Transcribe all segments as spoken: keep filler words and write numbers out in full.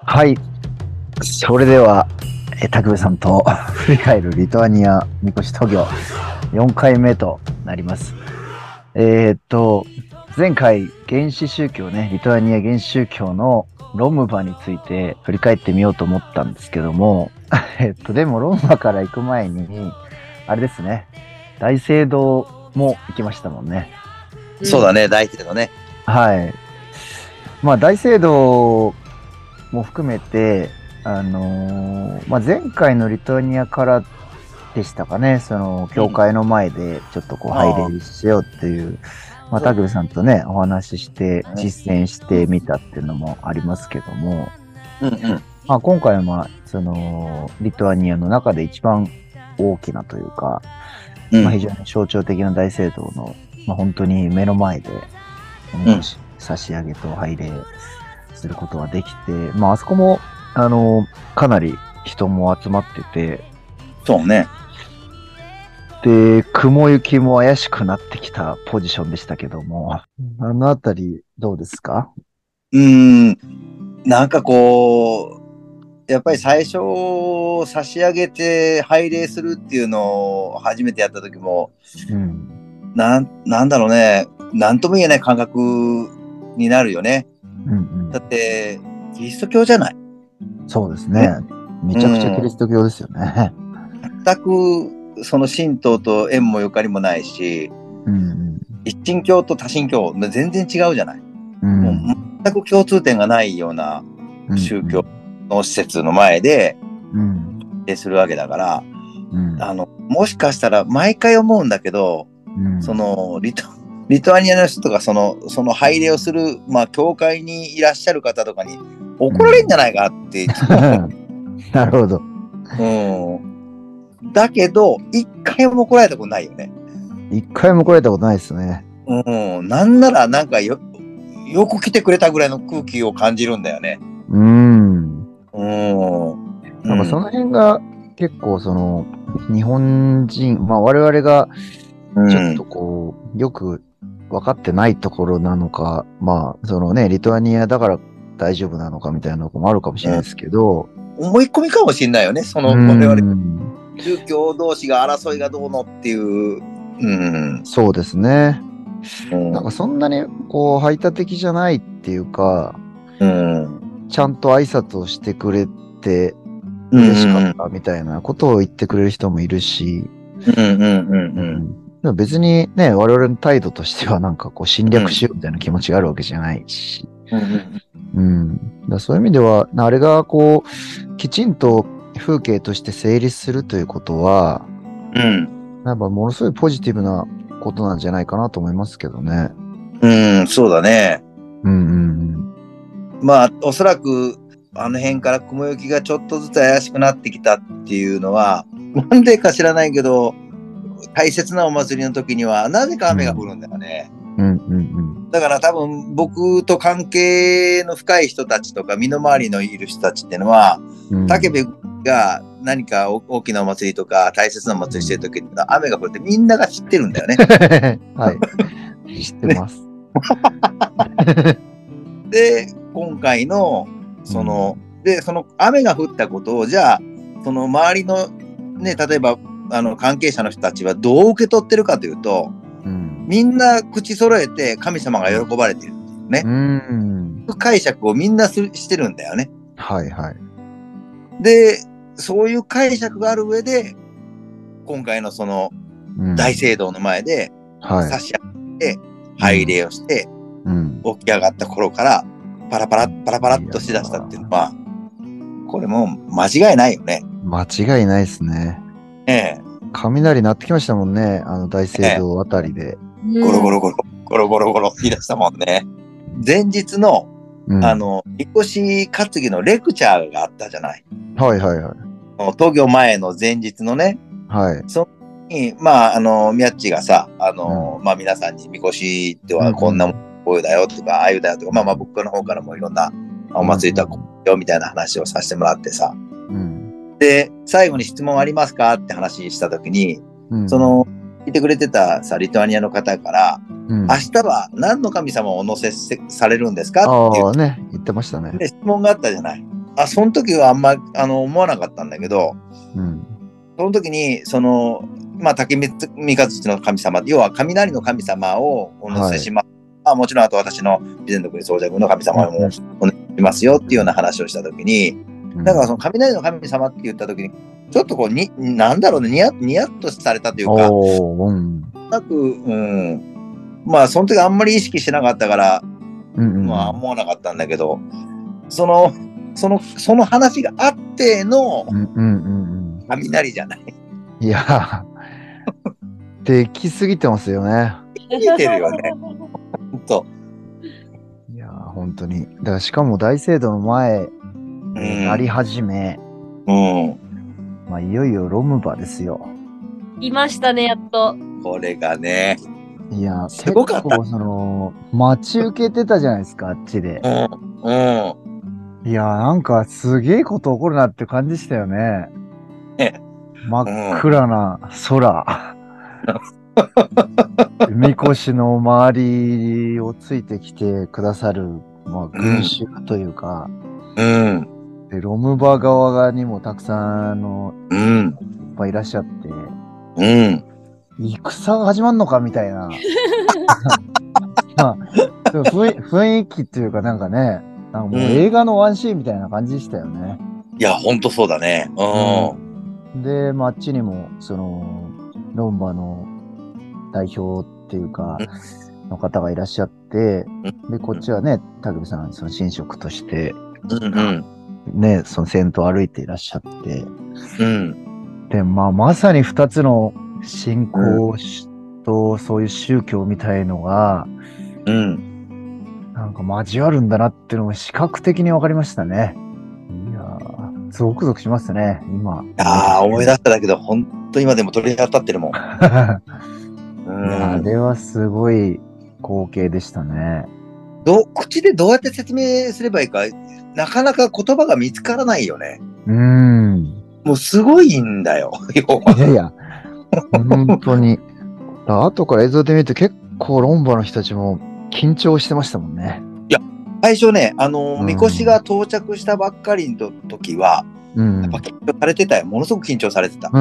はい。それでは、え、拓部さんと振り返るリトアニアみこし闘牛よんかいめとなります。えーっと、前回、原始宗教ね、リトアニア原始宗教のロムバについて振り返ってみようと思ったんですけども、えっと、でもロムバから行く前に、あれですね、大聖堂も行きましたもんね。 そうだね、大聖堂ね。 はい。まあ、大聖堂も含めて、あのーまあ、前回のリトアニアからでしたかね、その、教会の前でちょっとこう、拝ああ、 礼しようっていう、まあ、 そうタグルさんとね、お話ししてだね。 実践してみたっていうのもありますけども、 うんうん。 まあ、今回は、まあ、その、リトアニアの中で一番大きなというか、まあ、非うん。 常に象徴的な大聖堂の、まあ、本当に目の前で、おみうん。 こし差し上げと拝礼することができて、まあ、あそこも、あの、かなり人も集まってて、 そうね。 で、雲行きも怪しくなってきたポジションでしたけども、あのあたりどうですか？ うーん。なんかこう、やっぱり最初差し上げて拝礼するっていうのを初めてやった時も、 うん。 なん、なんだろうね。なんとも言えない感覚になるよね。 うんだって、キリスト教じゃない。 うん。そうですね。 ね。めうちゃくちゃキリん。 スト教ですよね。 全くその神道と縁もゆかりもないし、 うん一神教と多神教、全然違うじゃない。 うん。うもうん。 全く共通点がないようなうん宗教の施設の前で、 うん。 するわけだから、 うん。 あの、もしかしたら毎回思うんだけど、 うん。 その、リト、リトアニアの人とか、その、その拝礼をする、まあ、教会にいらっしゃる方とかに怒られるんじゃないかっていつもなるほど。 思う。うん。だけど、一回も怒られたことないよね。 一回も来られたことないですね。 うん。なんなら、なんかよ、よく来てくれたぐらいの空気を感じるんだよね。 うん。 うん。うなんかそのん。 辺が結構その日本人、まあ我々がうちょっとん。 こう、よく分かってないところなのか、まあそのね、リトアニアだから大丈夫なのかみたいなのもあるかもしれないですけど、 思い込みかもしれないよね。そうの、我々、 ん、 宗教同士が争いがどうのっていう。うん。 そうですね。 うん。 なんかそんなにこう排他的じゃないっていうか、 うん。 ちゃんと挨拶をしてくれてうん。 嬉しかっうん。 たみたいなことを言ってくれる人もいるし、 うん。うん。うん。 うん。でも別にね、我々の態度としてはなんかこう侵うん。 略しようみたいな気持ちがあるわけじゃないし。 うん。 うん。だからそういう意味では、あれがこう、きちんと風景として成立するということは、 うん。 やっぱものすごいポジティブなことなんじゃないかなと思いますけどね。 うん。そうだね。 うんうんまあ、おそらく、あの辺から雲行きがちょっとずつ怪しくなってきたっていうのは、なんでか知らないけど、大切なお祭りの時には、なぜか雨が降るんだよね。 うん。うんうんだから多分僕と関係の深い人たちとか身の回りのいる人たちっていうのは、 うん。 武部が何か大きなお祭りとか大切なお祭りしてる時に雨が降るってみんなが知ってるんだよね。 はい。知ってます。 で、今回の、その、うん、で、その雨が降ったことを、じゃあ、その周りのね、例えば、あの、関係者の人たちはどう受け取ってるかというと、うん、みんな口揃えて神様が喜ばれてるっていうね。うん。解釈をみんなすしてるんだよね。 はいはい。 で、そういう解釈がある上で、今回のその、大聖堂の前で、差し上げて、拝礼をして、うん、起き上がった頃から、パラパラ、パラパラっとしだしたっていうのは、これも間違いないよね。 間違いないですね。 ええ。 雷鳴ってきましたもんね、あの大聖堂あたりで。 ええ、ゴロゴロゴロ、ゴロゴロゴロ言い出したもんね。前日の、うん、あの、みこし担ぎのレクチャーがあったじゃない。 はいはいはい。 東京前の前日のね。 はい。 その時に、まあ、あの、みやっちがさ、あの、うん、まあ皆さんにみこしではこんなもん、こういうだよとか、ああいうだよとか、まあまあ僕の方からもいろんなお祭りとはこうよみたいな話をさせてもらってさ。うん、で、最後に質問ありますかって話したときに、うん、その、聞いてくれてたさ、リトアニアの方から、うん、明日は何の神様をお乗せされるんですかっていう。 ああね、言ってましたね。 で、質問があったじゃない。 あ、その時はあんま、あの、思わなかったんだけど、 うん。 その時に、その、まあ、竹三勝の神様、要は雷の神様をお乗せします。はい、あもちろん、あと私の備前国宗者軍の神様もお乗せしますよっていうような話をした時に、うん、だからその雷の神様って言った時に、ちょっとこう、に、なんだろうね、ニヤニヤッとされたというか、うん、なく、うん、まあ、その時あんまり意識してなかったから、うんうん、まあ、思わなかったんだけど、その、その、その話があっての、雷じゃない。 いや、できすぎてますよね。 できてるよね。本当。 いや、本当に。だからしかも大聖堂の前になり始め、うん。まあ、いよいよロムバですよ。 いましたね、やっと。 これがね。 いや、すごかった。結構その、待ち受けてたじゃないですか、あっちで。うん。うん。いや、なんかすげえこと起こるなって感じでしたよね。真っ暗な空。みこしの周りをついてきてくださる、まあ、群衆というか、うん、でロムバ側にもたくさんあの、うん、いっぱいいらっしゃって、うん、戦が始まるのかみたいな、まあ、雰, 雰囲気っていうかなんかね、なんかもう映画のワンシーンみたいな感じでしたよね。 うん、いや、ほんとそうだね。 うん、で、まあ、あっちにも、その、ロンバの代表っていうか、の方がいらっしゃって、で、こっちはね、たくみさん、その神職として、うんうん、ね、その先頭歩いていらっしゃって、うん、で、まあ、まさに二つの信仰と、そういう宗教みたいのが、うん、なんか交わるんだなっていうのが視覚的に分かりましたね。いやー、ゾクゾクしますね、今。 ああ、思い出しただけど、本当今でも鳥肌立ってるもん。 うん、あれはすごい光景でしたね。 ど口でどうやって説明すればいいか、なかなか言葉が見つからないよね。うん。もうすごいんだよ。 いやいや、本当に。後から映像で見ると結構ロンバの人たちも緊張してましたもんね。 いや、最初ね、あの、みこしが到着したばっかりの時は、うん、やっぱ緊張されてたよ。ものすごく緊張されてた。うん。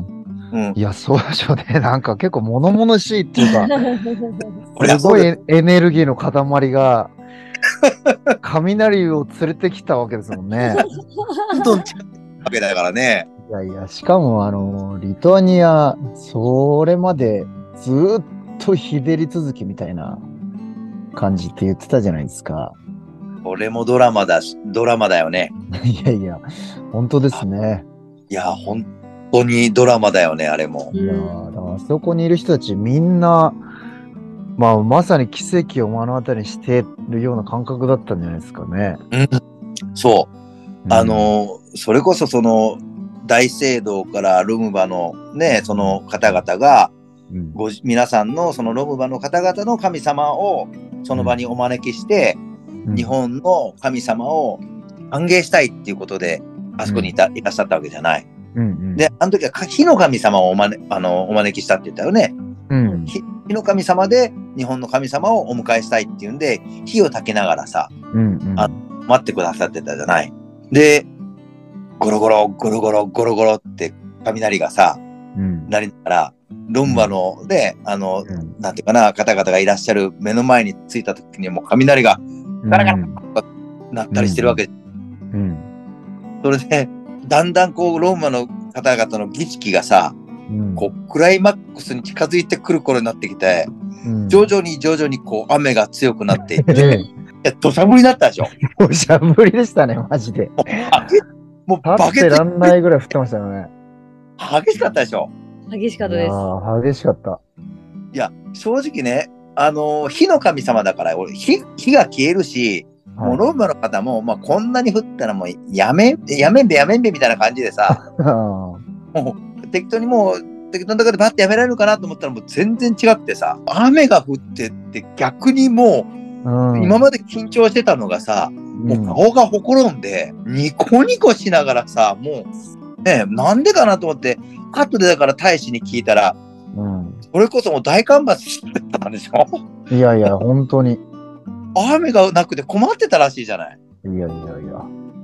うん、いや、そうでしょうね。なんか結構物々しいっていうか、すごいエネルギーの塊が、雷を連れてきたわけですもんね。 どんどん近いわけだからね。 いやいや、しかもあの、リトアニア、それまでずっと日照り続きみたいな感じって言ってたじゃないですか。 これもドラマだし、ドラマだよね。 いやいや、本当ですね。 いや、本当にドラマだよね、あれも。 いやだからあそこにいる人たちみんな、まあ、まさに奇跡を目の当たりにしてるような感覚だったんじゃないですかね。 うん、そう。うん、あの、それこそその、大聖堂からロムバのね、その方々が、うん、ご皆さんのそのロムバの方々の神様をその場にお招きして、うん、日本の神様を歓迎したいっていうことで、あそこにいた、うん、いらっしゃったわけじゃない。うんうん、で、あの時は火の神様をお,、まね、あのお招きしたって言ったよね。うん、火, 火の神様で日本の神様をお迎えしたいっていうんで、火を焚きながらさ、うんうん、あ待ってくださってたじゃない。で、ゴロゴロ、ゴロゴロ、ゴロゴロって雷がさ、うん、なりながら、ロンバので、あの、うん、なんていうかな、方々がいらっしゃる目の前に着いた時にもう雷がガラガラとなったりしてるわけ。うんうん、それで、だんだんこう、ローマの方々の儀式がさ、うん、こう、クライマックスに近づいてくる頃になってきて、うん、徐々に徐々にこう、雨が強くなっていって、いや、土砂降りになったでしょ。 土砂降りでしたね、マジで。もう、バケツらんないぐらい降ってましたよね。 激しかったでしょ。 激しかったです。 ああ、激しかった。 いや、正直ね、あのー、火の神様だから、俺、火、火が消えるし、もうローマの方も、まあ、こんなに降ったらもうやめ、やめんべやめんべみたいな感じでさ、もう適当にもう、適当な中でバッてやめられるかなと思ったらもう全然違くてさ、雨が降ってって逆にもう、うん、今まで緊張してたのがさ、もう顔がほころんで、ニコニコしながらさ、もう、ね、なんでかなと思って、カットでだから大使に聞いたら、うん、それこそもう大干ばつしてたんでしょ。 いやいや、本当に。 雨がなくて困ってたらしいじゃない。 いやいやいや。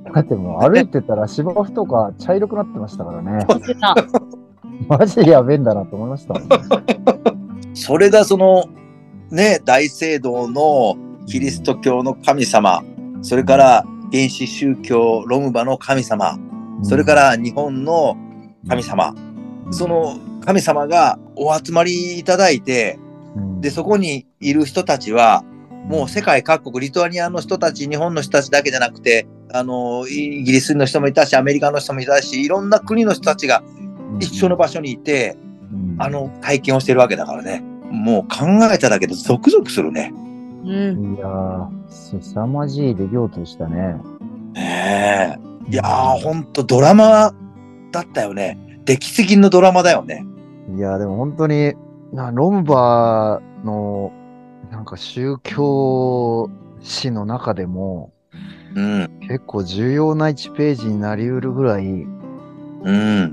だってもう歩いてたら芝生とか茶色くなってましたからね。 してた。 マジでやべえんだなと思いましたもんね。 それがその、ね、大聖堂のキリスト教の神様、それから原始宗教ロムバの神様、それから日本の神様、その神様がお集まりいただいて、で、そこにいる人たちは、もう世界各国、リトアニアの人たち、日本の人たちだけじゃなくて、あの、イギリスの人もいたし、アメリカの人もいたし、いろんな国の人たちが一緒の場所にいて、あの、体験をしてるわけだからね。もう考えただけでゾクゾクするね。 うん。 いやー、凄まじい出来事でしたね。 ねえ。いやー、ほんとドラマだったよね。出来すぎのドラマだよね。 いやー、でも本当に、なロンバの、なんか宗教史の中でも、 うん。 結構重要ないちページになりうるぐらい、 うん。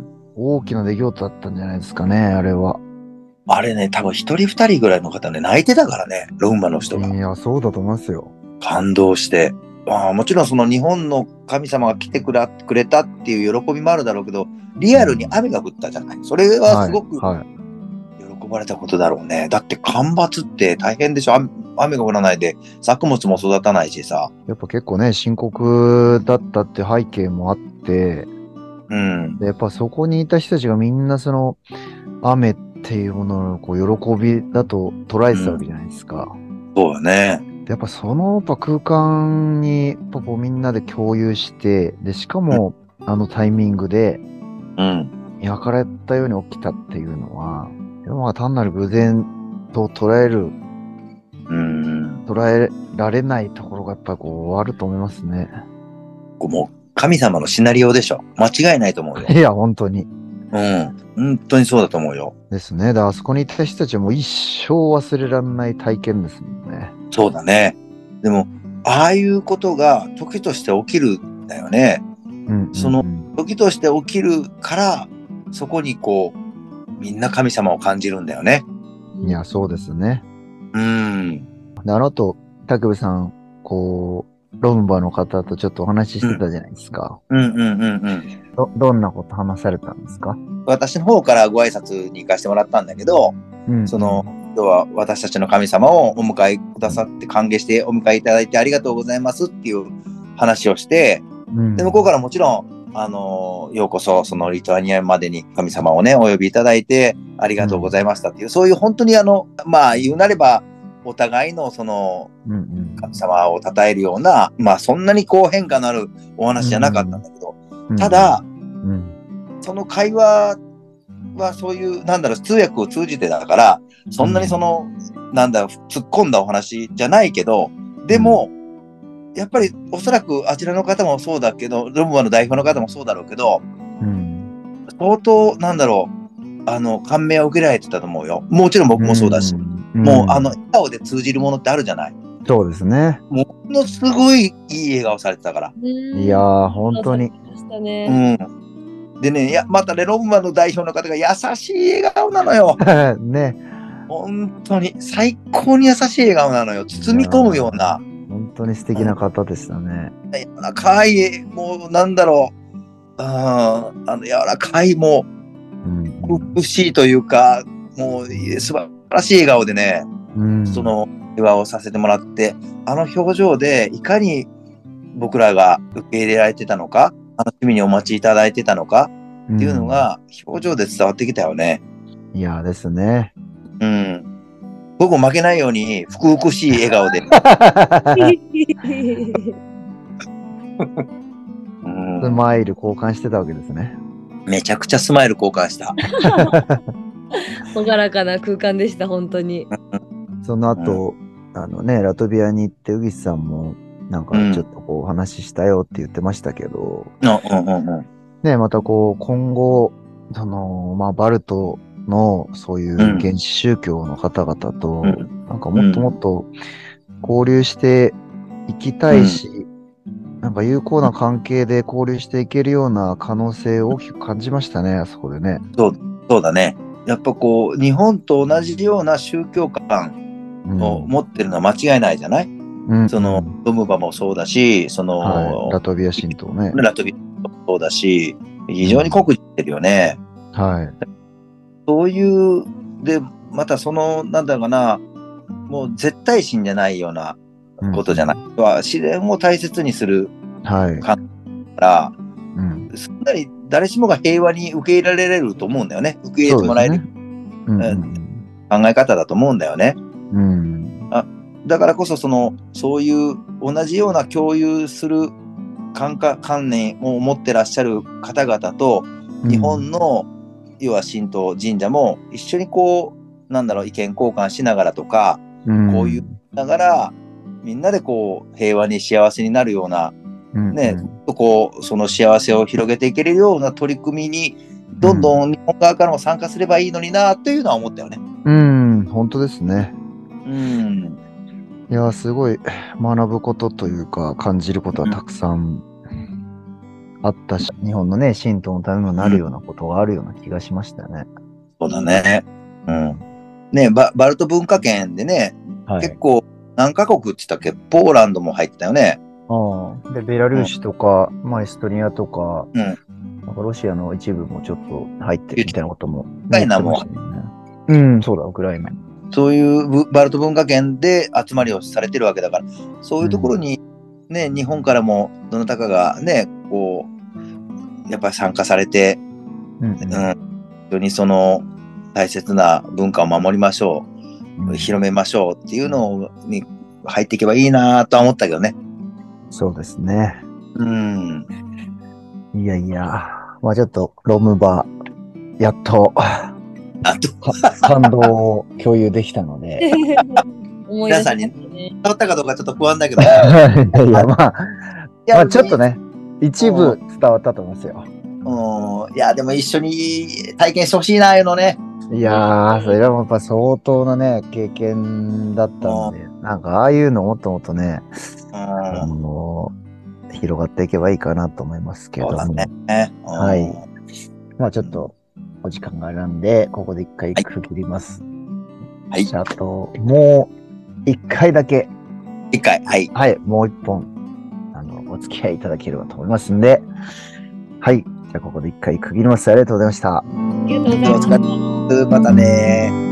大きな出来事だったんじゃないですかね、あれは。 あれね、多分一人二人ぐらいの方ね、泣いてたからね、ロンバの人が。 いや、そうだと思いますよ。 感動して。ああ、もちろんその日本の神様が来てくれくれたっていう喜びもあるだろうけど、リアルに雨が降ったじゃない。それはすごくはいはい喜ばれたことだろうね。だって干ばつって大変でしょ。雨雨が降らないで作物も育たないしさ。 やっぱ結構ね、深刻だったって背景もあって、 うん。 でやっぱそこにいた人たちがみんなその雨っていうもののこう喜びだと捉えてたわけじゃないですか。 そうよね。 でやっぱそのやっぱ空間にやっぱこうみんなで共有して、でしかもあのタイミングでうん。 焼かれたように起きたっていうのは、まあ単なる偶然と捉える、 うん。 捉えられないところがやっぱりこうあると思いますね。 もう神様のシナリオでしょ。間違いないと思うよ。 いや、本当に。 うん。本当にそうだと思うよ。 ですね。だからあそこにいた人たちはもう一生忘れられない体験ですもんね。 そうだね。でも、ああいうことが時として起きるんだよね。 うんうんうん、 その時として起きるから、そこにこう、みんな神様を感じるんだよね。 いや、そうですね。 うん。 であの後、拓部さん、こう、ロンバの方とちょっとお話ししてたじゃないですか。 うんうんうんうん。 ど、どんなこと話されたんですか？ 私の方からご挨拶に行かせてもらったんだけど、 うん、 その、今日は私たちの神様をお迎えくださって歓迎してお迎えいただいてありがとうございますっていう話をして、 うん、 で、向こうからもちろん、あの、ようこそ、そのリトアニアまでに神様をね、お呼びいただいてありがとうございましたっていう、うん、そういう本当にあの、まあ言うなれば、お互いのその、神様を称えるような、まあそんなにこう変化のあるお話じゃなかったんだけど、うん、ただ、うん、その会話はそういう、なんだろう、通訳を通じてだから、そんなにその、なんだろう、突っ込んだお話じゃないけど、でも、やっぱりおそらくあちらの方もそうだけど、ロムバの代表の方もそうだろうけど、うん、相当、なんだろう、あの、感銘を受けられてたと思うよ。もちろん僕もそうだし、うん、もう、あの、笑顔で通じるものってあるじゃない。 そうですね。 ものすごいいい笑顔されてたから。 いやー、本当に。 うん。でね、いや、またね、ロムバの代表の方が優しい笑顔なのよ。 ね。 本当に、最高に優しい笑顔なのよ。包み込むような。 本当に素敵な方でしたね。 柔らかい、もうなんだろう、ああの柔らかい、もう、美しいというか、もう素晴らしい笑顔でね、うん、その会話をさせてもらって、あの表情でいかに僕らが受け入れられてたのか、楽しみにお待ちいただいてたのかっていうのが表情で伝わってきたよね。 うん、いやですね。 うん。僕も負けないように、ふくふくしい笑顔で。 スマイル交換してたわけですね。 めちゃくちゃスマイル交換した。 朗らかな空間でした、本当に。 その後、うん、あのね、ラトビアに行って、ウギスさんも、なんかちょっとこう話したよって言ってましたけど、 うんうんうんうん、 ね、またこう、今後、その、まあ、バルトのそういう原始宗教の方々と、うん、なんかもっともっと交流していきたいし、うん、なんか有効な関係で交流していけるような可能性を大きく感じましたね、あそこでね。 そう、そうだね。やっぱこう、日本と同じような宗教観を持ってるのは間違いないじゃない？ うんその、ドムバもそうだし、その、 はい、ラトビア神道ね。 ラトビアもそうだし、非常に濃くしてるよね。 はい。 そういう、で、またその、なんだろうな、もう絶対心じゃないようなことじゃない。は自然を大切にするはい。 から、 うん。 すんなり誰しもが平和に受け入れられると思うんだよね。受け入れてもらえる、 そうですね。うんうん考え方だと思うんだよね。 うん。 あ、だからこそそのそういう同じような共有する感覚観念を持ってらっしゃる方々と、日本の要は神道神社も一緒にこうなんだろう意見交換しながらとか、 うん、 こういうながらみんなでこう平和に幸せになるようなね、うん、こうその幸せを広げていけるような取り組みにどんどん日本側からも参加すればいいのになというのは思ったよね。 うん、本当ですね。 うん。 いや、すごい学ぶことというか感じることはたくさんあったし、うん、日本のね、神道のためになるようなことがあるような気がしましたね。 そうだね。うん。ね、バ、バルト文化圏でね、はい、結構何カ国って言ったっけ？ポーランドも入ってたよね。 ああ。で、ベラルーシとか、うん、まあ、エストニアとか、 うん、 なんかロシアの一部もちょっと入ってるみたいなことも、ね、 ウクライナも。 うん、そうだ、ウクライナ。 そういうバルト文化圏で集まりをされてるわけだから、そういうところにね、うん、日本からもどなたかがね、こう、やっぱり参加されて、うん、うん、非常にその大切な文化を守りましょう、うん、広めましょうっていうのに入っていけばいいなとは思ったけどね。 そうですね。 うん。 いやいや、まあちょっとロムバやっと。 あと感動を共有できたので皆さんに伝わったかどうかちょっと不安だけどいやまあまあちょっとね一部伝わったと思いますよ。 うん、いやでも一緒に体験してほしいなあいうのね。 いやーそれはやっぱ相当なね経験だったので、なんかああいうのもっともっとね、あの広がっていけばいいかなと思いますけども、 ね、 はい、まあちょっとお時間があるんで、ここで一回区切ります。はい。じゃあ、あと、もう一回だけ。 一回、はい。 はい、もう一本、あの、お付き合いいただければと思いますんで、はい。じゃあ、ここで一回区切ります。ありがとうございました。 ありがとうございました。 またね。